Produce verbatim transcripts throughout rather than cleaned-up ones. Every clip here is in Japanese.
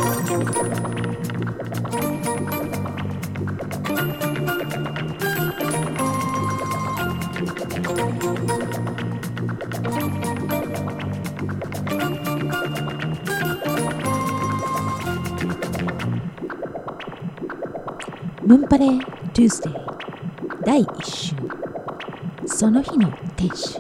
ムンパレ Tuesday だいいっ週、その日の天使。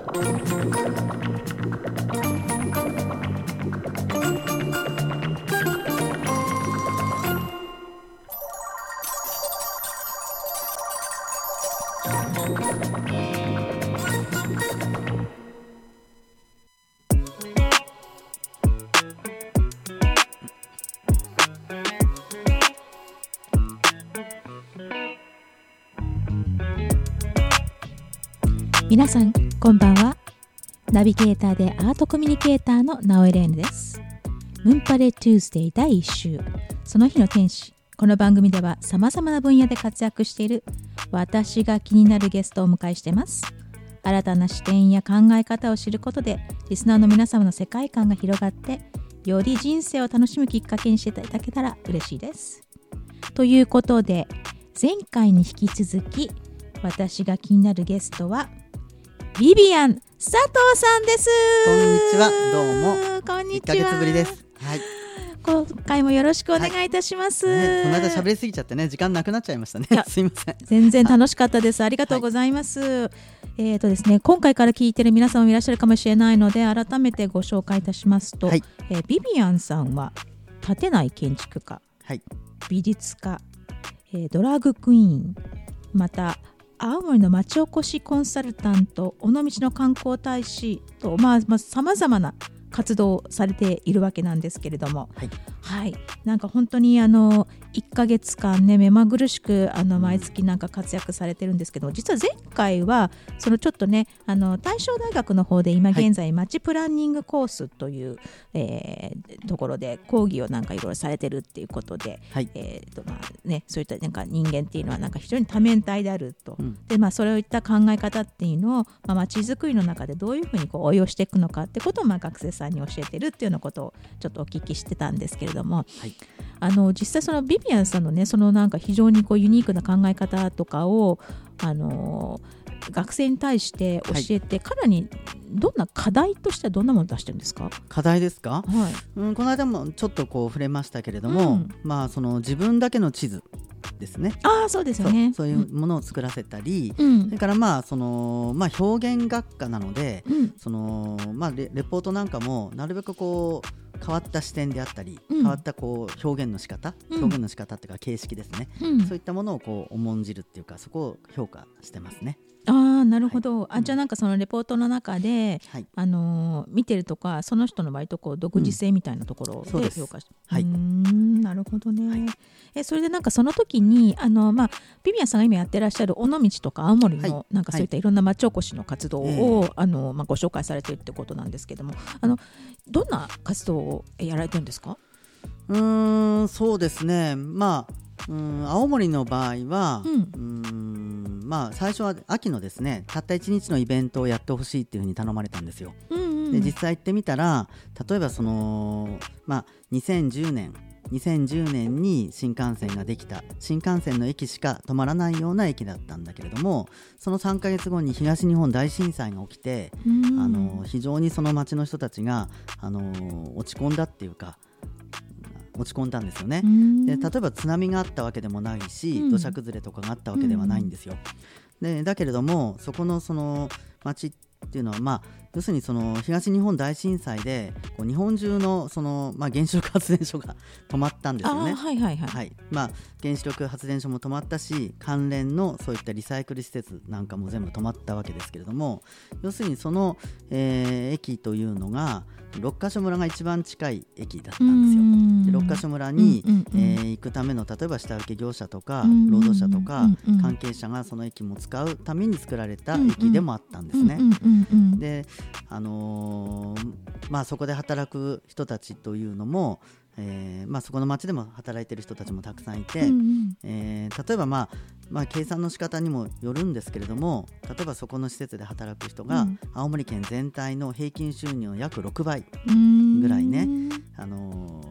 皆さんこんばんは。ナビゲーターでアートコミュニケーターのナオエレーヌです。ムンパレ Tuesday だいいっ週、その日の天使。この番組ではさまざまな分野で活躍している私が気になるゲストをお迎えしています。新たな視点や考え方を知ることでリスナーの皆様の世界観が広がって、より人生を楽しむきっかけにしていただけたら嬉しいです。ということで、前回に引き続き私が気になるゲストはビビアン佐藤さんです。 こんにちは、どうも。 こんにちは。 いっかげつぶりです。はい。 今回もよろしくお願いいたします。 はいね、この間喋りすぎちゃってね、時間なくなっちゃいましたね。すいません。 全然楽しかったです。ありがとうございます。はい、えーとですね、今回から聞いている皆さんもいらっしゃるかもしれないので、改めてご紹介いたしますと、はい、えー、ビビアンさんは建内建築家、はい、美術家、えー、ドラァグクイーン、また青森の町おこしコンサルタント、尾道の観光大使と、まあまあ、様々な活動をされているわけなんですけれども、はい、はい、なんか本当にあのいっかげつかんね、目まぐるしくあの毎月なんか活躍されてるんですけど、実は前回はそのちょっとね、あの大正大学の方で今現在町プランニングコースという、はい、えー、ところで講義をなんかいろいろされてるっていうことで、はい、えーとまあね、そういったなんか人間っていうのはなんか非常に多面体であると、うん、でまあ、そういった考え方っていうのを、まあ、町づくりの中でどういうふうにこう応用していくのかってことを、まあ、学生さんに教えてるっていうようなことをちょっとお聞きしてたんですけれども、はい、あの実際そのビビアンさんのね、そのなんか非常にこうユニークな考え方とかをあの学生に対して教えて、はい、彼らにどんな課題としてはどんなものを出してるんですか？ 課題ですか、はい、うん、この間もちょっとこう触れましたけれども、うん、まあ、その自分だけの地図ですね。 あ、そうですよね。 そ う, そういうものを作らせたり、うん、それからまあその、まあ、表現学科なので、うん、そのまあ、レ, レポートなんかもなるべくこう変わった視点であったり、うん、変わったこう表現の仕方、うん、表現の仕方っていうか形式ですね、うん、そういったものをこう重んじるっていうか、そこを評価してますね。 あ、なるほど、はい、あ、じゃあなんかそのレポートの中で、うん、あのー、見てるとか、その人の割とこう独自性みたいなところで評価して、うん、はい、うーん、なるほどね、はい、えそれでなんかその時にあの、まあ、ビビアンさんが今やってらっしゃる尾道とか青森の、はい、なんかそういったいろんな町おこしの活動を、はい、あのまあ、ご紹介されているってことなんですけども、あのどんな活動をやられてるんですか？ うーん、そうですね、まあ、うん、青森の場合は、うん、うーん、まあ、最初は秋のですね、たったいちにちのイベントをやってほしいっていうふうに頼まれたんですよ、うんうん、で実際行ってみたら、例えばその、まあ、にせんじゅうねんにせんじゅうねんに新幹線ができた新幹線の駅しか止まらないような駅だったんだけれども、そのさんかげつごに東日本大震災が起きて、あの非常にその町の人たちがあの落ち込んだっていうか、落ち込んだんですよね。で例えば津波があったわけでもないし、うん、土砂崩れとかがあったわけではないんですよ、うん、でだけれどもそこのその町っていうのは、まあ、要するにその東日本大震災でこう日本中のその、まあ、原子力発電所が止まったんですよね。 はいはいはいはい、 まあ、原子力発電所も止まったし、関連のそういったリサイクル施設なんかも全部止まったわけですけれども、要するにその、えー、駅というのが六ヶ所村が一番近い駅だったんですよ。で六ヶ所村に、うんうんうん、えー、行くための例えば下請け業者とか労働者とか関係者がその駅も使うために作られた駅でもあったんですね。で、あのーまあ、そこで働く人たちというのも、えーまあ、そこの町でも働いている人たちもたくさんいて、うんうん、えー、例えば、まあまあ、計算の仕方にもよるんですけれども、例えばそこの施設で働く人が、うん、青森県全体の平均収入の約ろくばいぐらいね、あのー、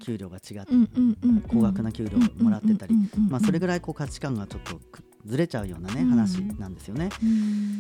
給料が違って、うんうんうんうん、高額な給料をもらってたり、まあ、それぐらいこう価値観がちょっとずれちゃうような、ね、話なんですよね、うん、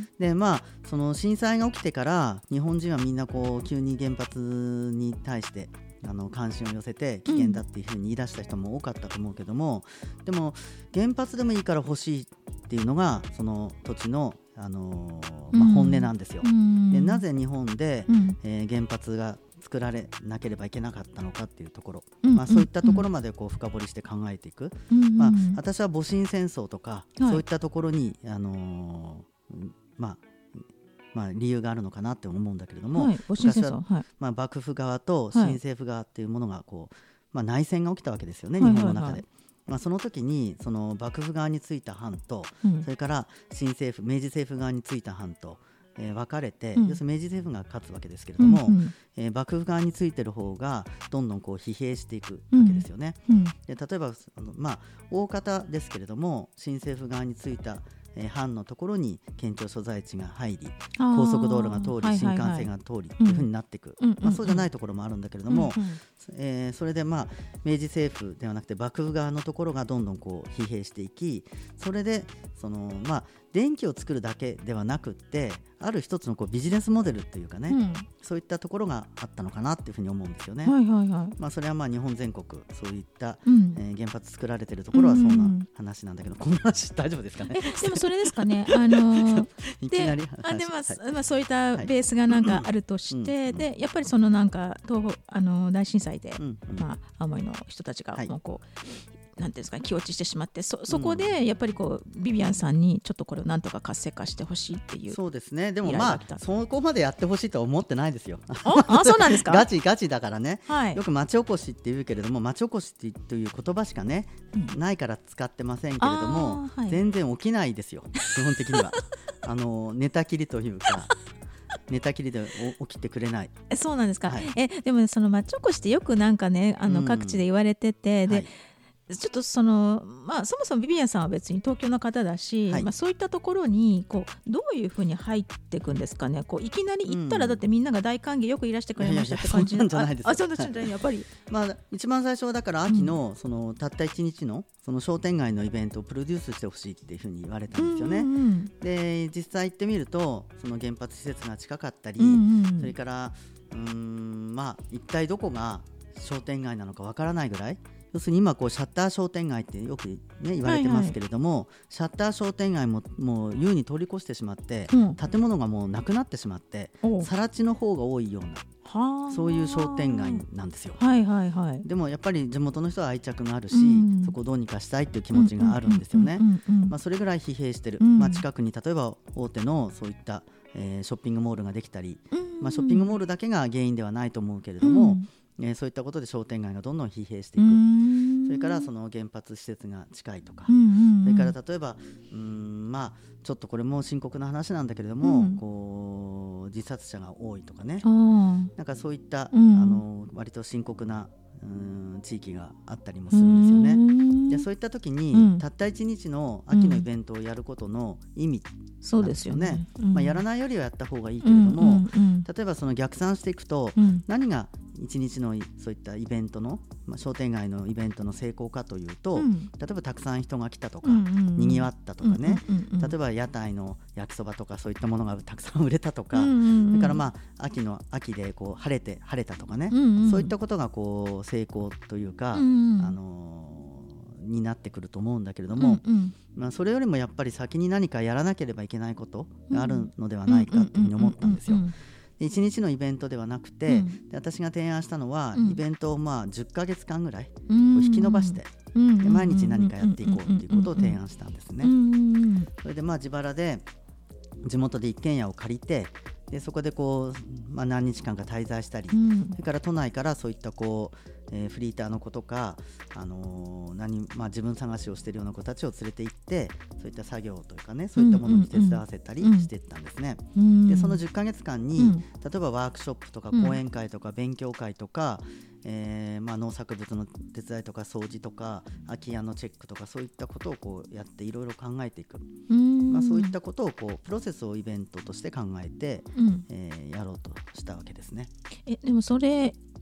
でまあその震災が起きてから日本人はみんなこう急に原発に対してあの関心を寄せて危険だっていうふうに言い出した人も多かったと思うけども、うん、でも原発でもいいから欲しいっていうのがその土地の、あのーまあ、本音なんですよ、うん、でなぜ日本で、うんえー、原発が作られなければいけなかったのかっていうところ、うんまあ、そういったところまでこう深掘りして考えていく、うんまあ、私は戊辰戦争とか、はい、そういったところに、あのーまあまあ、理由があるのかなって思うんだけれども、はい、昔は、はいまあ、幕府側と新政府側っていうものがこう、まあ、内戦が起きたわけですよね、はい、日本の中で、はいはいはいまあ、その時にその幕府側についた藩と、うん、それから新政府明治政府側についた藩とえー、分かれて、うん、要するに明治政府が勝つわけですけれども、うんうんえー、幕府側についてる方がどんどんこう疲弊していくわけですよね、うんうん、で例えばあの、まあ、大方ですけれども新政府側についたえー、藩のところに県庁所在地が入り高速道路が通り、はいはいはい、新幹線が通りというふうになっていく、うんまあ、そうじゃないところもあるんだけれども、うんうんえー、それで、まあ、明治政府ではなくて幕府側のところがどんどんこう疲弊していきそれでその、まあ、電気を作るだけではなくってある一つのこうビジネスモデルっていうかね、うん、そういったところがあったのかなっていうふうに思うんですよね、はいはいはいまあ、それはまあ日本全国そういった、うんえー、原発作られてるところはそんな話なんだけど、うんうん、この話大丈夫ですかね。 えでもそれですかねあのー、いきなり話であで、まあはいまあ、そういったベースがなんかあるとして、はい、でやっぱりそのなんか東あの大震災で、うんうんまあ、青森の人たちがもうこう、はいなんていうんですか、気落ちしてしまって そ, そこでやっぱりこうビビアンさんにちょっとこれをなんとか活性化してほしいっていう、 そうですね。でもまあそこまでやってほしいとは思ってないですよ。 ああそうなんですか。 ガチガチだからね、はい、よく町おこしって言うけれども町おこしっていう言葉しかね、うん、ないから使ってませんけれども、はい、全然起きないですよ基本的にはあの寝たきりというか寝たきりで起きてくれない。 そうなんですか、はい、えでもその町おこしってよくなんかねあの各地で言われてて、うん、で、はいちょっとその、まあ、そもそもビビアンさんは別に東京の方だし、はいまあ、そういったところにこうどういうふうに入っていくんですかね。こういきなり行ったらだってみんなが大歓迎よくいらしてくれましたって感じ。 いやいやいやそんなんじゃないです。 あ、そうなんじゃないやっぱり、 まあ、一番最初はだから秋の、うん、そのたったいちにちのその商店街のイベントをプロデュースしてほしいっていうふうに言われたんですよね、うんうん、で実際行ってみるとその原発施設が近かったり、うんうん、それからうーん、まあ、一体どこが商店街なのかわからないぐらい要するに今こうシャッター商店街ってよく、ね、言われてますけれども、はいはい、シャッター商店街ももう優に通り越してしまって、うん、建物がもうなくなってしまって更地の方が多いようなそういう商店街なんですよ、はいはいはい、でもやっぱり地元の人は愛着があるし、うん、そこをどうにかしたいっていう気持ちがあるんですよね。それぐらい疲弊してる、うんまあ、近くに例えば大手のそういった、えー、ショッピングモールができたり、うんまあ、ショッピングモールだけが原因ではないと思うけれども、うんえー、そういったことで商店街がどんどん疲弊していく。それからその原発施設が近いとか、うんうんうん、それから例えばうーん、まあ、ちょっとこれも深刻な話なんだけれども、うん、こう自殺者が多いとかね、なんかそういった、うん、あの割と深刻なうん地域があったりもするんですよね。でそういった時に、うん、たったいちにちの秋のイベントをやることの意味なんですよね。そうですよね、うんまあ、やらないよりはやった方がいいけれども、うんうんうん、例えばその逆算していくと、うん、何がいちにちのそういったイベントの、まあ、商店街のイベントの成功かというと、うん、例えばたくさん人が来たとか、うんうんうん、にぎわったとかね、うんうんうん、例えば屋台の焼きそばとかそういったものがたくさん売れたとか、うんうんうん、それからまあ秋の秋でこう晴れて晴れたとかね、うんうん、そういったことがこう成功というか、うんうん、あのー、になってくると思うんだけれども、うんうんまあ、それよりもやっぱり先に何かやらなければいけないことがあるのではないかというふうに思ったんですよ。いちにちのイベントではなくて、うん、で私が提案したのは、うん、イベントをまあじゅっかげつかんぐらいこう引き延ばして、うん、で毎日何かやっていこうということを提案したんですね。それでまあ自腹で地元で一軒家を借りてでそこでこう、まあ、何日間か滞在したり、うん、それから都内からそういったこう、えー、フリーターの子とか、あのー何まあ、自分探しをしているような子たちを連れて行ってそういった作業というかねそういったものに手伝わせたりしていったんですね、うんうんうん、でそのじゅっかげつかんに、うん、例えばワークショップとか講演会とか勉強会とか、えーまあ、農作物の手伝いとか掃除とか空き家のチェックとかそういったことをこうやっていろいろ考えていく、うんまあ、そういったことをこうプロセスをイベントとして考えて、うんえー、やろうとしたわけですね。 えでもそれ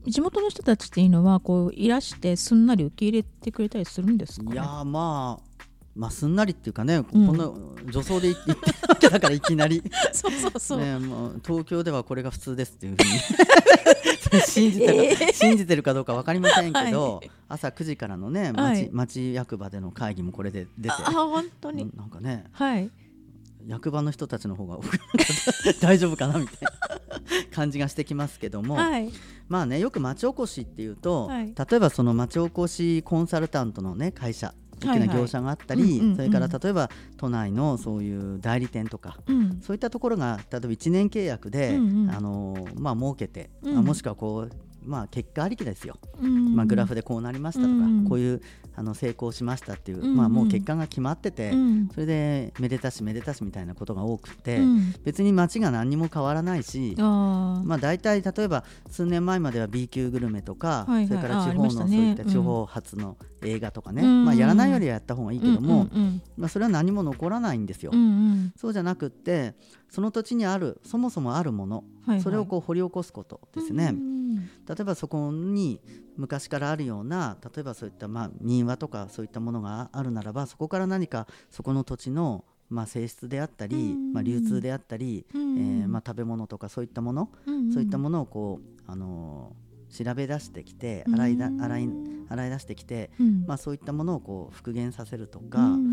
地元の人たちっていうのはこういらしてすんなり受け入れてくれたりするんですかね。 いやまあまあ、すんなりっていうかね、うん、こんな女装で行ってるわけだからいきなりそうそうそう、 ね、もう東京ではこれが普通ですっていうふうに信じてる、えー、信じてるかどうか分かりませんけど、はい、朝くじからのね 町,、はい、町役場での会議もこれで出て、 あ本当になんかね、 はい、 役場の人たちの方が大丈夫かなみたいな感じがしてきますけども、はい、まあね、よく町おこしっていうと、はい、例えばその町おこしコンサルタントのね会社大きな業者があったり、それから例えば都内のそういう代理店とか、うん、そういったところが例えばいちねん契約で、うんうん、あのまあ、儲けて、うん、もしくはこう、まあ、結果ありきですよ、うんまあ、グラフでこうなりましたとか、うん、こういうあの成功しましたっていう、うんまあ、もう結果が決まってて、うん、それでめでたしめでたしみたいなことが多くて、うん、別に街が何にも変わらないし、あ、まあ、大体例えば数年前までは B 級グルメとか、はいはい、それから地方のそういった地方発の映画とかね、うんまあ、やらないよりはやった方がいいけども、うんうんうんまあ、それは何も残らないんですよ、うんうん、そうじゃなくってその土地にあるそもそもあるもの、はいはい、それをこう掘り起こすことですね、うん、例えばそこに昔からあるような例えばそういったまあ民話とかそういったものがあるならば、そこから何かそこの土地のまあ性質であったり、うんまあ、流通であったり、うんえーまあ、食べ物とかそういったもの、うん、そういったものをこう、あのー、調べ出してきて洗いだ洗い洗い出してきて、うんまあ、そういったものをこう復元させるとか、うんうんうん、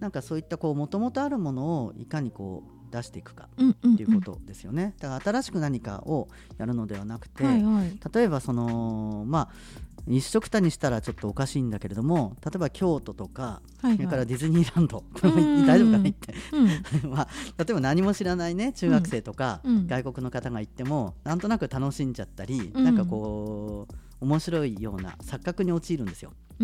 なんかそういったもともとあるものをいかにこう出していくかっていうことですよね、うんうんうん、だから新しく何かをやるのではなくて、はいはい、例えばそのまあ一緒くたにしたらちょっとおかしいんだけれども、例えば京都とか、はいはい、それからディズニーランド、これも大丈夫かな言って、うんまあ、例えば何も知らないね中学生とか、うん、外国の方が行ってもなんとなく楽しんじゃったり、うん、なんかこう面白いような錯覚に陥るんですよ、うん、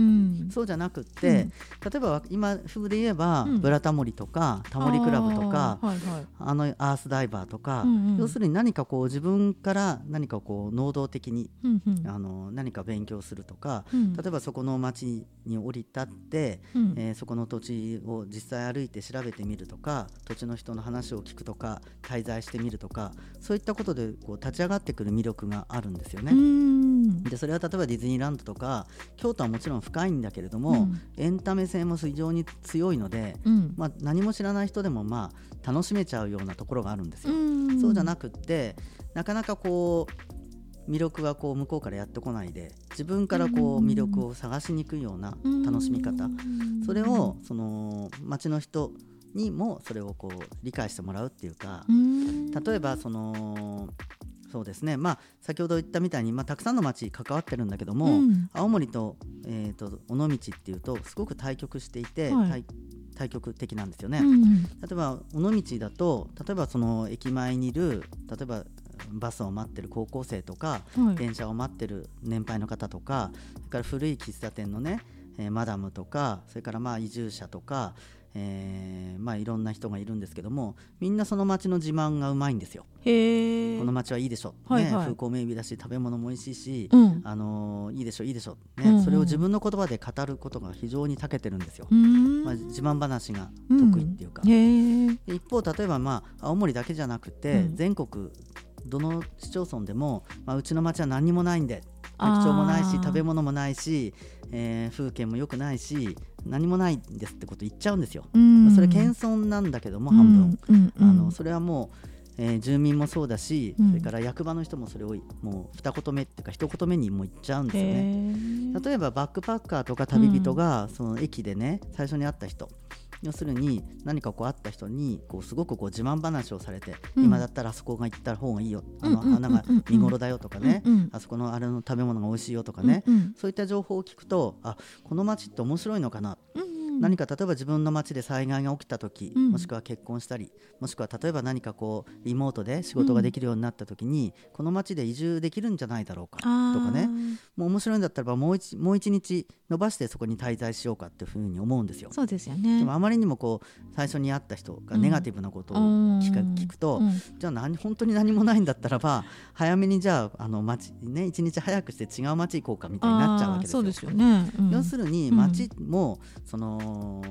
そうじゃなくって、うん、例えば今風で言えば、うん、ブラタモリとかタモリクラブとか あ,、はいはい、あのアースダイバーとか、うんうん、要するに何かこう自分から何かこう能動的に、うんうん、あの何か勉強するとか、うん、例えばそこの町に降り立って、うんえー、そこの土地を実際歩いて調べてみるとか、土地の人の話を聞くとか滞在してみるとか、そういったことでこう立ち上がってくる魅力があるんですよね。うんでそれは例えばディズニーランドとか京都はもちろん深いんだけれども、うん、エンタメ性も非常に強いので、うんまあ、何も知らない人でもまあ楽しめちゃうようなところがあるんですよ、うん、そうじゃなくってなかなかこう魅力はこう向こうからやってこないで、自分からこう魅力を探しに行くような楽しみ方、それをその街の人にもそれをこう理解してもらうっていうか、例えばそのそうですね、まあ、先ほど言ったみたいに、まあ、たくさんの町関わってるんだけども、うん、青森と、えー、と尾道っていうとすごく対極していて、はい、対, 対極的なんですよね、うん、例えば尾道だと例えばその駅前にいる例えばバスを待ってる高校生とか、はい、電車を待ってる年配の方とか、それから古い喫茶店のね、えー、マダムとか、それからまあ移住者とか、えーまあ、いろんな人がいるんですけども、みんなその町の自慢がうまいんですよ。へこの町はいいでしょ、はいはいね、風光明媚だし食べ物も美味しいし、うんあのー、いいでしょいいでしょ、ねうんうん、それを自分の言葉で語ることが非常に長けてるんですよ、まあ、自慢話が得意っていうか、うん、へ一方例えば、まあ、青森だけじゃなくて、うん、全国どの市町村でも、まあ、うちの町は何にもないんで、駅長もないし食べ物もないし、えー、風景も良くないし何もないんですってこと言っちゃうんですよ、うんまあ、それ謙遜なんだけども半分、うんうん、あのそれはもう、えー、住民もそうだし、うん、それから役場の人もそれをもう二言目っていうか一言目にもう言っちゃうんですよね。例えばバックパッカーとか旅人がその駅でね最初に会った人、要するに何かこう会った人にこうすごくこう自慢話をされて、うん、今だったらあそこが行った方がいいよ、あの花が見頃だよとかね、うんうん、あそこのあれの食べ物が美味しいよとかね、うんうん、そういった情報を聞くと、あこの街って面白いのかな、うんうん、何か例えば自分の街で災害が起きた時、うん、もしくは結婚したり、もしくは例えば何かこうリモートで仕事ができるようになった時に、うん、この街で移住できるんじゃないだろうかとかね、もう面白いんだったらばもう一、もう一日伸ばしてそこに滞在しようかっていうふうに思うんですよ。 そうですよね。 でもあまりにもこう最初に会った人がネガティブなことを聞く、うん、聞くと、うん、じゃあ何本当に何もないんだったらば早めにじゃあ、あの街、ね、一日早くして違う街行こうかみたいになっちゃうわけですよ。 そうですよね、うん、 要するに街もその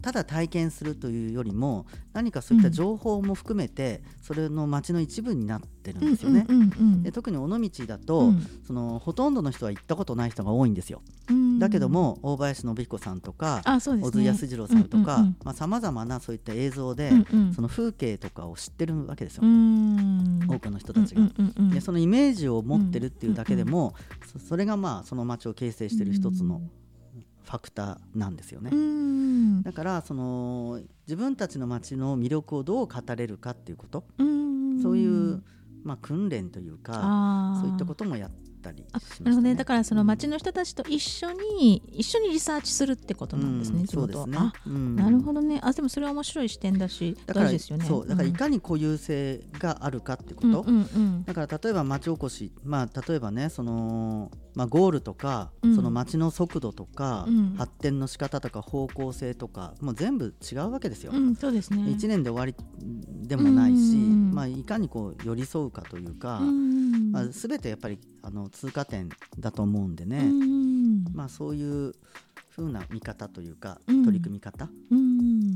ただ体験するというよりも何かそういった情報も含めて、うん、それの街の一部になってるんですよね、うんうんうんうん、で特に尾道だと、うん、そのほとんどの人は行ったことない人が多いんですよ、うん、だけども大林信彦さんとか、ね、小津安二郎さんとかさまざ、まなそういった映像で、うんうん、その風景とかを知ってるわけですよ、うん、多くの人たちが、うんうんうん、でそのイメージを持ってるっていうだけでも、うんうん、そ, それがまあその街を形成している一つのファクターなんですよね、うん、だからその自分たちの街の魅力をどう語れるかっていうこと、うん、そういう、まあ、訓練というかそういったこともやったりしましたね。なるほどね。 だからその街の人たちと一緒に、うん、一緒にリサーチするってことなんですね、うん、 そうですね。 あ、うん、なるほどね。あ、でもそれは面白い視点だしだから大事ですよね。 そうだからいかに固有性があるかってこと、うんうんうん、だから例えば町おこし、まあ、例えばねその、まあ、ゴールとか、うん、その街の速度とか、うん、発展の仕方とか方向性とかもう全部違うわけですよ、うん、そうですね。いちねんで終わりでもないし、うんまあ、いかにこう寄り添うかというか、うんまあ、全てやっぱりあの通過点だと思うんでね、うんまあ、そういう風な見方というか、うん、取り組み方、うん、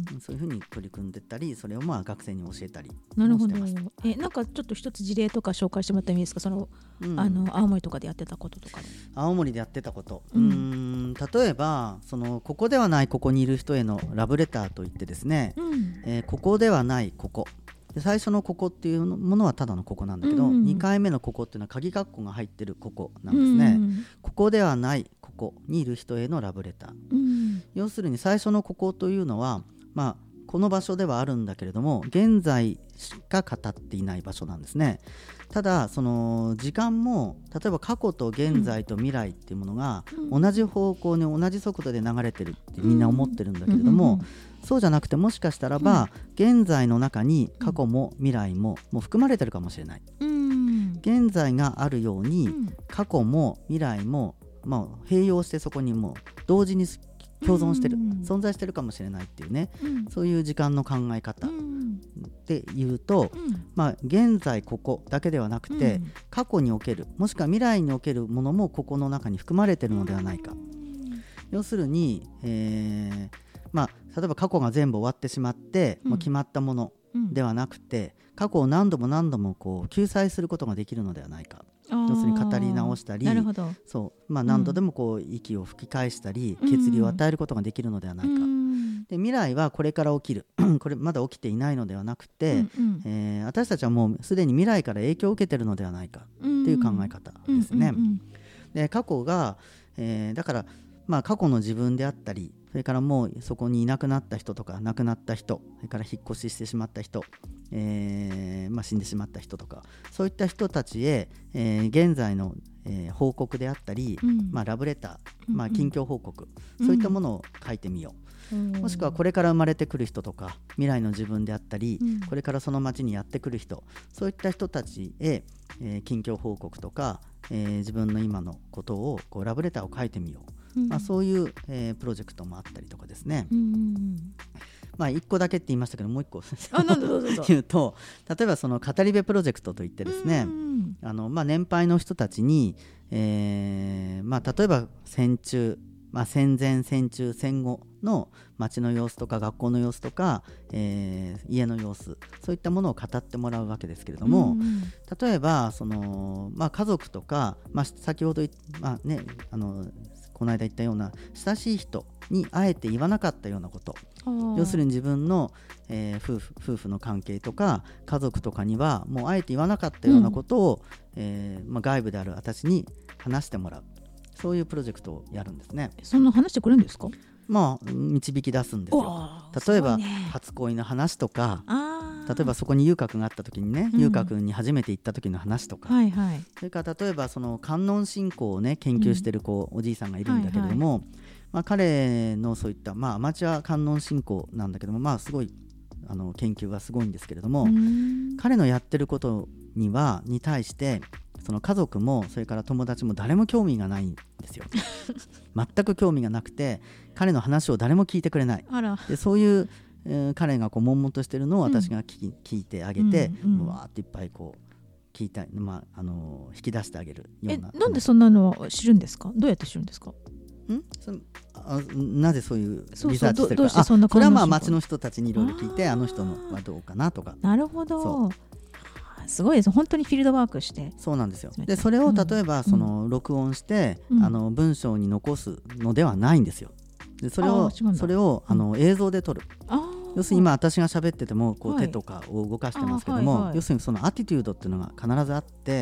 そういう風に取り組んでったりそれをまあ学生に教えたりしてました。なるほど。 えなんかちょっと一つ事例とか紹介してもらってもいいですか。その、うん、あの青森とかでやってたこととか。 青森でやってたこと、うん、うーん例えばそのここではないここにいる人へのラブレターといってですね、うんえー、ここではないここで最初のここっていうものはただのここなんだけど、うんうん、にかいめのここっていうのは鍵括弧が入ってるここなんですね、うんうん、ここではないここにいる人へのラブレター、うん、要するに最初のここというのは、まあ、この場所ではあるんだけれども現在しか語っていない場所なんですね。ただその時間も例えば過去と現在と未来っていうものが同じ方向に同じ速度で流れてるってみんな思ってるんだけれども、そうじゃなくてもしかしたらば現在の中に過去も未来ももう含まれてるかもしれない。現在があるように過去も未来もまあ併用してそこにもう同時に共存してる、うん、存在してるかもしれないっていうね、うん、そういう時間の考え方で言うと、うんまあ、現在ここだけではなくて、うん、過去におけるもしくは未来におけるものもここの中に含まれてるのではないか、うん、要するに、えーまあ、例えば過去が全部終わってしまって、うん、もう決まったものではなくて、過去を何度も何度もこう救済することができるのではないか。要するに語り直したりそう、まあ、何度でもこう息を吹き返したり、うん、血流を与えることができるのではないか、うん、で未来はこれから起きるこれまだ起きていないのではなくて、うんうんえー、私たちはもうすでに未来から影響を受けているのではないかっていう考え方ですね、うんうんうん、で過去が、えー、だから、まあ、過去の自分であったりそれからもうそこにいなくなった人とか亡くなった人それから引っ越ししてしまった人、えーまあ、死んでしまった人とかそういった人たちへ、えー、現在の、えー、報告であったり、うんまあ、ラブレター、まあ、近況報告、うん、そういったものを書いてみよう、うん、もしくはこれから生まれてくる人とか未来の自分であったり、うん、これからその町にやってくる人そういった人たちへ、えー、近況報告とか、えー、自分の今のことをこうラブレターを書いてみよううんまあ、そういう、えー、プロジェクトもあったりとかですね、うんまあ、いっこだけって言いましたけどもういっこ言うと例えばその語り部プロジェクトといってですね、うんあのまあ、年配の人たちに、えーまあ、例えば戦中、まあ、戦前戦中戦後の街の様子とか学校の様子とか、えー、家の様子そういったものを語ってもらうわけですけれども、うんうん、例えばその、まあ、家族とか、まあ、先ほど、まあね、あのこの間言ったような親しい人にあえて言わなかったようなこと要するに自分の、えー、夫婦、夫婦の関係とか家族とかにはもうあえて言わなかったようなことを、うんえーまあ、外部である私に話してもらうそういうプロジェクトをやるんですね。 そんな話してくれるんですか？ まあ導き出すんですよ。例えば、ね、初恋の話とか例えばそこに遊郭があった時にね、うん、遊郭に初めて行った時の話とか、はいはい、それから例えばその観音信仰をね研究してるこう、うん、おじいさんがいるんだけれども、はいはいまあ、彼のそういった、まあ、アマチュア観音信仰なんだけども、まあ、すごいあの研究がすごいんですけれども彼のやってることにはに対してその家族もそれから友達も誰も興味がないんですよ全く興味がなくて彼の話を誰も聞いてくれないあらでそういう、えー、彼がこう悶々としてるのを私が聞、うん、聞いてあげて、うんうん、わーっていっぱいこう聞いた、まああのー、引き出してあげるような。 えなんでそんなのを知るんですか？どうやって知るんですか？ うんそあなぜそういうリサーチしてるか。 そうそう、どうしてそんなそれはまあ町の人たちにいろいろ聞いて、あの人のはどうかなとか。 なるほど、すごいです。本当にフィールドワークして。 そうなんですよ。でそれを例えばその録音して、うん、あの文章に残すのではないんですよ。でそれをそれをあの映像で撮る。あ要するに今私が喋っててもこう手とかを動かしてますけども、はいはいはい、要するにそのアティテュードっていうのが必ずあって、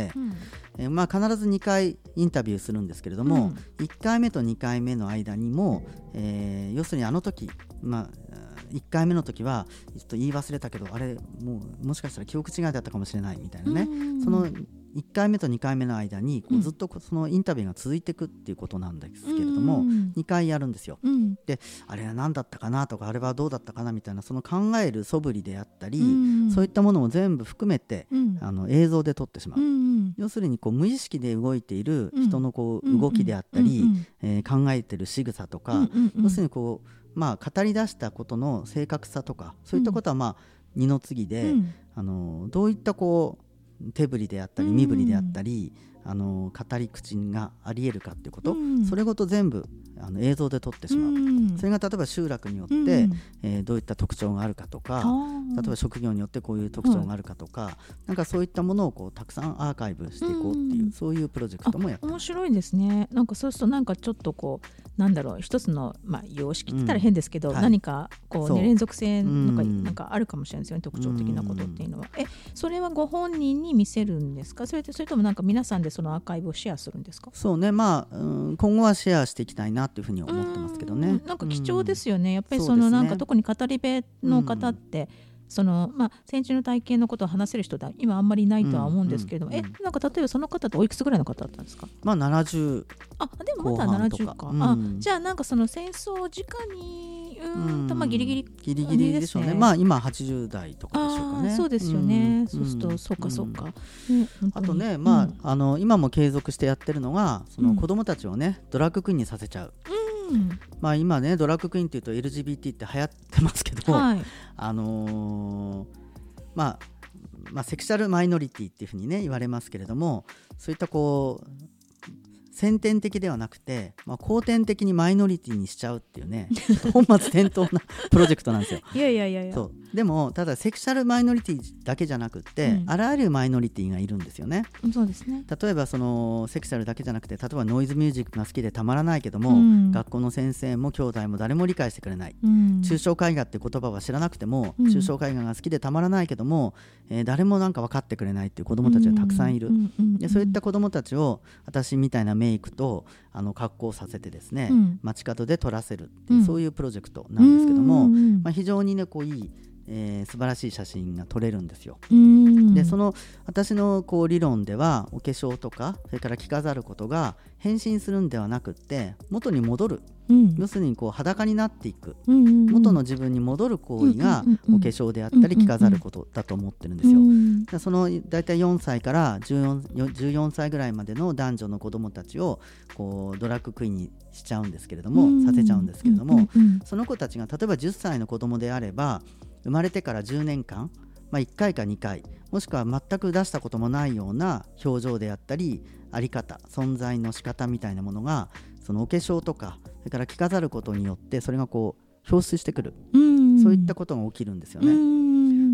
うんえーまあ、必ずにかいインタビューするんですけれども、うん、いっかいめとにかいめの間にも、えー、要するにあの時、まあ、いっかいめの時はちょっと言い忘れたけどあれもうもしかしたら記憶違いだったかもしれないみたいなね、うん、そのいっかいめとにかいめの間にこうずっとそのインタビューが続いていくっていうことなんですけれども、うん、にかいやるんですよ、うん、であれは何だったかなとかあれはどうだったかなみたいなその考える素振りであったり、うん、そういったものを全部含めて、うん、あの映像で撮ってしまう、うん、要するにこう無意識で動いている人のこう動きであったり、うんえー、考えてる仕草とか、うん、要するにこうまあ、語り出したことの正確さとかそういったことはまあ二の次で、うん、あのどういったこう手振りであったり身振りであったり、うん、あの語り口がありえるかっていうこと、うん、それごと全部あの映像で撮ってしまう、うん、それが例えば集落によって、うんえー、どういった特徴があるかとか、例えば職業によってこういう特徴があるかとか、はい、なんかそういったものをこうたくさんアーカイブしていこうっていう、うん、そういうプロジェクトもやってます。 面白いですね。なんかそうするとなんかちょっとこうなんだろう一つの、まあ、様式って言ったら変ですけど、うんはい、何かこう、ね、連続性のか、うん、なんかあるかもしれないですよね、特徴的なことっていうのは。えそれはご本人に見せるんですか？それとそれともなんか皆さんでそのアーカイブをシェアするんですか？ そうね、まあ、うん、今後はシェアしていきたいなというふうに思ってますけどね。 なんか貴重ですよね、やっぱりそのなんか、ね、特に語り部の方って、うんそのまあ、先人の体験のことを話せる人は今あんまりいないとは思うんですけれども、うんうんうん、えなんか例えばその方っておいくつぐらいの方だったんですか？ まあななじゅうあでもまだななじゅうか、うん、あじゃあなんかその戦争直にうーんと、まあ、ギリギリギリギリでしょうね。まあ今はちじゅう代とかでしょうかね。 そうですよね、うん、そうすると、うん、そうかそうか、 うんね、あとね、まあうん、あの今も継続してやってるのがその子どもたちをね、うん、ドラッグクイーンにさせちゃう、うんまあ、今ねドラッグクイーンっていうと エルジービーティー って流行ってますけど、はい、あのーまあまあ、セクシャルマイノリティっていうふうにね言われますけれども、そういったこう先天的ではなくて、まあ、後天的にマイノリティにしちゃうっていうね本末転倒なプロジェクトなんですよ。 いやいやいやいや。 そうでもただセクシャルマイノリティだけじゃなくって、うん、あらゆるマイノリティがいるんですよね。 そうですね。 例えばそのセクシャルだけじゃなくて、例えばノイズミュージックが好きでたまらないけども、うん、学校の先生も兄弟も誰も理解してくれない、うん、抽象絵画って言葉は知らなくても、うん、抽象絵画が好きでたまらないけども、えー、誰もなんか分かってくれないっていう子どもたちがたくさんいる、うんうん、でそういった子どもたちを私みたいなメイクとあの格好させてですね、うん、街角で撮らせるっていう、うん、そういうプロジェクトなんですけども、うんうんうんまあ、非常にねこういい、えー、素晴らしい写真が撮れるんですよ。うんでその私のこう理論ではお化粧とかそれから着飾ることが変身するんではなくって元に戻る、うん、要するにこう裸になっていく、うんうんうん、元の自分に戻る行為がお化粧であったり着飾ることだと思ってるんですよ、うんうんうん、そのだいたいよんさいからじゅうよん、じゅうよんさいぐらいまでの男女の子どもたちをこうドラッグクイーンにしちゃうんですけれども、うんうん、させちゃうんですけれども、うんうん、その子たちが例えばじゅっさいの子どもであれば生まれてからじゅうねんかん、まあ、いっかいかにかいもしくは全く出したこともないような表情であったりあり方存在の仕方みたいなものがそのお化粧とかそれから着飾ることによってそれがこう表出してくる、うん、そういったことが起きるんですよね、うん、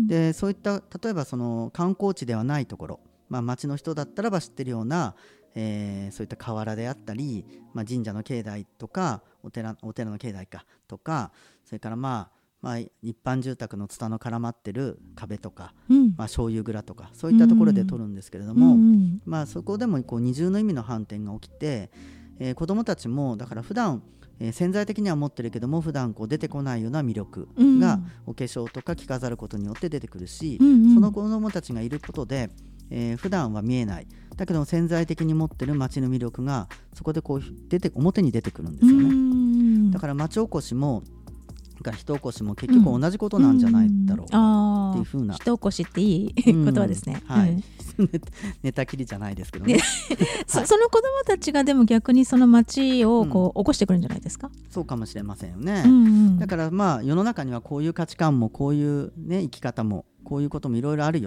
でそういった例えばその観光地ではないところ、まあ、町の人だったらば知ってるような、えー、そういった河原であったり、まあ、神社の境内とかお寺、お寺の境内かとかそれからまあまあ、一般住宅のツタの絡まってる壁とか、うんまあ、醤油蔵とかそういったところで撮るんですけれども、うんうんまあ、そこでもこう二重の意味の反転が起きて、えー、子どもたちもだから普段、えー、潜在的には持ってるけども普段こう出てこないような魅力がお化粧とか着飾ることによって出てくるし、うんうん、その子どもたちがいることで、えー、普段は見えないだけど潜在的に持ってる街の魅力がそこでこう出て表に出てくるんですよね、うん、だから町おこしも人おこしも結局同じことなんじゃないだろうかっていう風な、 人おこしっていい言葉ですね、 はい、寝たきりじゃないですけどね、 そ, はい、その子どもたちがでも逆にその街をこう起こしてくるんじゃないですか、 うん、そうかもしれませんよね、うんうん、だからまあ世の中にはこういう価値観もこういう、ね、生き方もこういうこともいろいろあるよ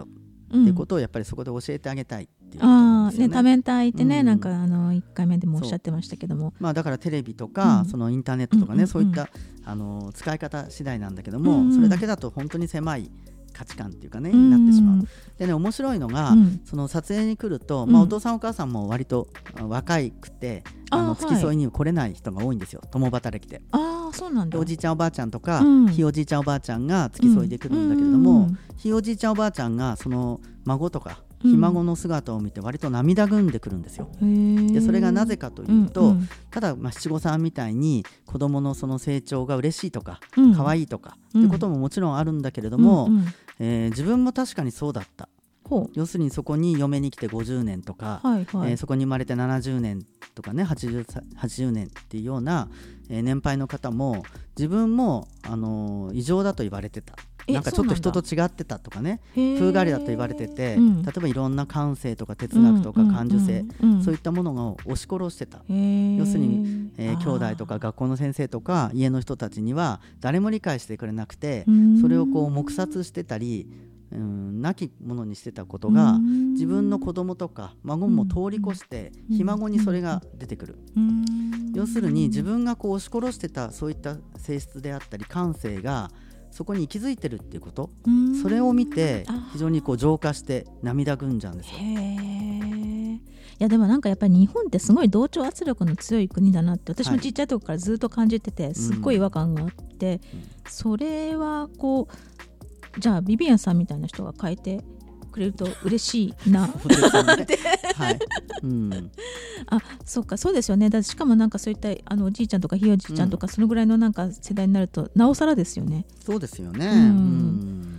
っていうことをやっぱりそこで教えてあげたいっていうことなんですよね。 あ、ね、多面体ってね、うん、なんかあのいっかいめでもおっしゃってましたけども、 まあ、だからテレビとか、うん、そのインターネットとかね、うんうんうん、そういったあの使い方次第なんだけども、うんうん、それだけだと本当に狭い価値観っていうかね、うん、になってしまう。でね、面白いのが、うん、その撮影に来ると、まあ、お父さんお母さんも割と若くて、うん、あの付き添いに来れない人が多いんですよ、共働きで。 あ、そうなんだ。 おじいちゃんおばあちゃんとか、 うん、 ひいおじいちゃんおばあちゃんが付き添いで来るんだけれども、うんうん、ひいおじいちゃんおばあちゃんがその孫とかひ孫の姿を見て割と涙ぐんでくるんですよ。でそれがなぜかというと、うんうん、ただまあ七五三みたいに子どものその成長が嬉しいとか、うん、可愛いとか、うん、ってことももちろんあるんだけれども、うんうん、えー、自分も確かにそうだった。要するにそこに嫁に来てごじゅうねんとか、はいはい、えー、そこに生まれてななじゅうねんとかね、はちじゅう、はちじゅうねんっていうような、えー、年配の方も自分も、あのー、異常だと言われてた。なんかちょっと人と違ってたとかね、風変わりだと言われてて、うん、例えばいろんな感性とか哲学とか感受性、うんうんうん、そういったものを押し殺してた。要するに、えー、兄弟とか学校の先生とか家の人たちには誰も理解してくれなくて、それをこう黙殺してたり、うん、亡き者にしてたことが自分の子供とか孫も通り越してひ孫にそれが出てくる。要するに自分がこう押し殺してたそういった性質であったり感性がそこに気づいてるっていうこと、それを見て非常にこう浄化して涙ぐんじゃうんですよ。 へー、いやでもなんかやっぱり日本ってすごい同調圧力の強い国だなって私もちっちゃい時からずっと感じてて、すっごい違和感があって、うん、それはこうじゃあビビアンさんみたいな人が変えてくれると嬉しいなってはい、うん、あ、そっか、そうですよね。だってしかもなんかそういったあのおじいちゃんとかひいおじいちゃんとか、うん、そのぐらいのなんか世代になるとなおさらですよね。 そうですよね、 うんうん、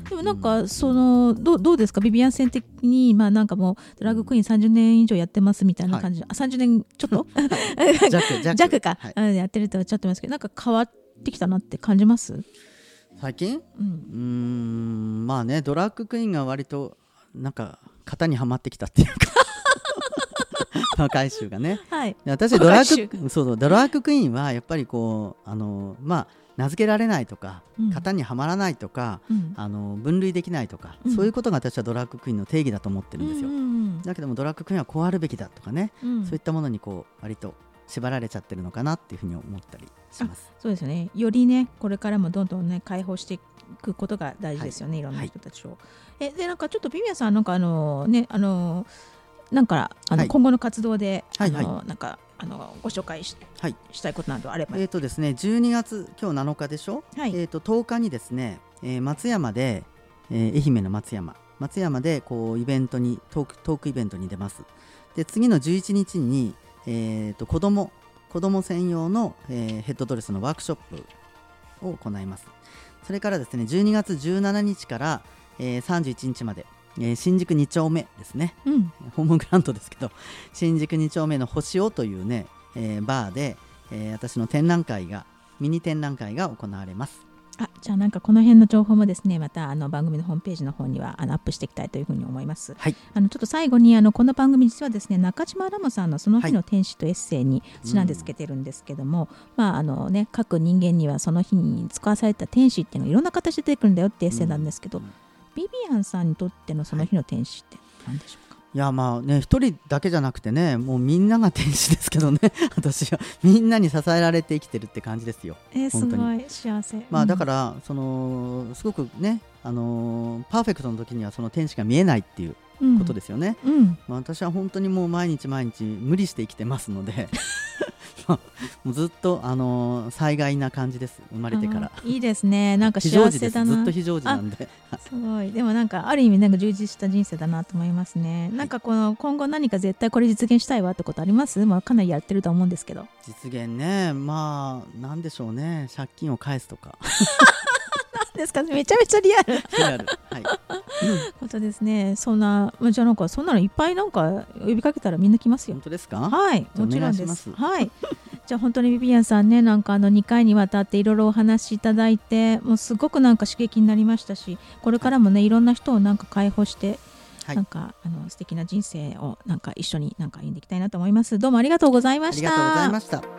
でもなんかその ど, どうですかビビアン線的に、まあなんかもうドラッグクイーンさんじゅうねん以上やってますみたいな感じ、はい、あさんじゅうねんちょっと弱, 弱か、はい、やってるっておっしゃってますけど、なんか変わってきたなって感じます？ 最近、うん、うーん、まあね、ドラッグクイーンが割となんか型にはまってきたっていうか若い衆がね、はい、私ドラッグそうドラッグクイーンはやっぱりこうあの、まあ、名付けられないとか、うん、型にはまらないとか、うん、あの分類できないとか、うん、そういうことが私はドラッグクイーンの定義だと思ってるんですよ、うんうんうん、だけどもドラッグクイーンはこうあるべきだとかね、うん、そういったものにこう割と縛られちゃってるのかなっていうふうに思ったりします。 そうですよね。よりねこれからもどんどんね解放していくことが大事ですよね、はい、いろんな人たちを、はい、えでなんかちょっとビビアさんなんかあのねあのなんかあの、はい、今後の活動で、はいはい、あのなんかあのご紹介 し,、はい、したいことなどあれば。 えーとですね、じゅうにがつ今日なのかでしょ、はい、えーととおかにですね、えー、松山で、えー、愛媛の松山松山でこうイベントにトークトークイベントに出ます。で次のじゅういちにちにえー、と子ども子ども専用の、えー、ヘッドドレスのワークショップを行います。それからですねじゅうにがつじゅうしちにちから、えー、さんじゅういちにちまで、えー、新宿に丁目ですね、うん、ホームグラントですけど新宿に丁目の星尾というね、えー、バーで、えー、私の展覧会がミニ展覧会が行われます。 あ、じゃあなんかこの辺の情報もですねまたあの番組のホームページの方にはあのアップしていきたいというふうに思います、はい、あのちょっと最後にあのこの番組実はですね中島ラモさんのその日の天使とエッセイにちなんでつけてるんですけども、はい、まああのね各人間にはその日に使わされた天使っていうのがいろんな形で出てくるんだよってエッセイなんですけど、うん、ビビアンさんにとってのその日の天使って何でしょうか？ いやまあね一人だけじゃなくてねもうみんなが天使ですけどね私はみんなに支えられて生きてるって感じですよ。 えー、すごい幸せ、 まあ、だからそのすごくね、あのー、パーフェクトの時にはその天使が見えないっていうことですよね、うんうんまあ、私は本当にもう毎日毎日無理して生きてますのでもうずっと、あのー、災害な感じです。生まれてからいいですね。なんか幸せだな。 ずっと非常時なんですごい。でもなんかある意味なんか充実した人生だなと思いますね、はい、なんかこの今後何か絶対これ実現したいわってことあります？まあ、かなりやってると思うんですけど。 実現ね、まあなんでしょうね、借金を返すとかなんですか、めちゃめちゃリアルリアル、はい、 ことですね。そんなじゃあなんかそんなのいっぱいなんか呼びかけたらみんな来ますよ。 本当ですか？ はい、もちろんです。はい。じゃあ本当にビビアンさんね、なんかあのにかいにわたっていろいろお話しいただいて、もうすごくなんか刺激になりましたし、これからもね、はい、いろんな人をなんか解放して、はい、なんかあの素敵な人生をなんか一緒になんか歩んでいきたいなと思います。どうもありがとうございました。 ありがとうございました。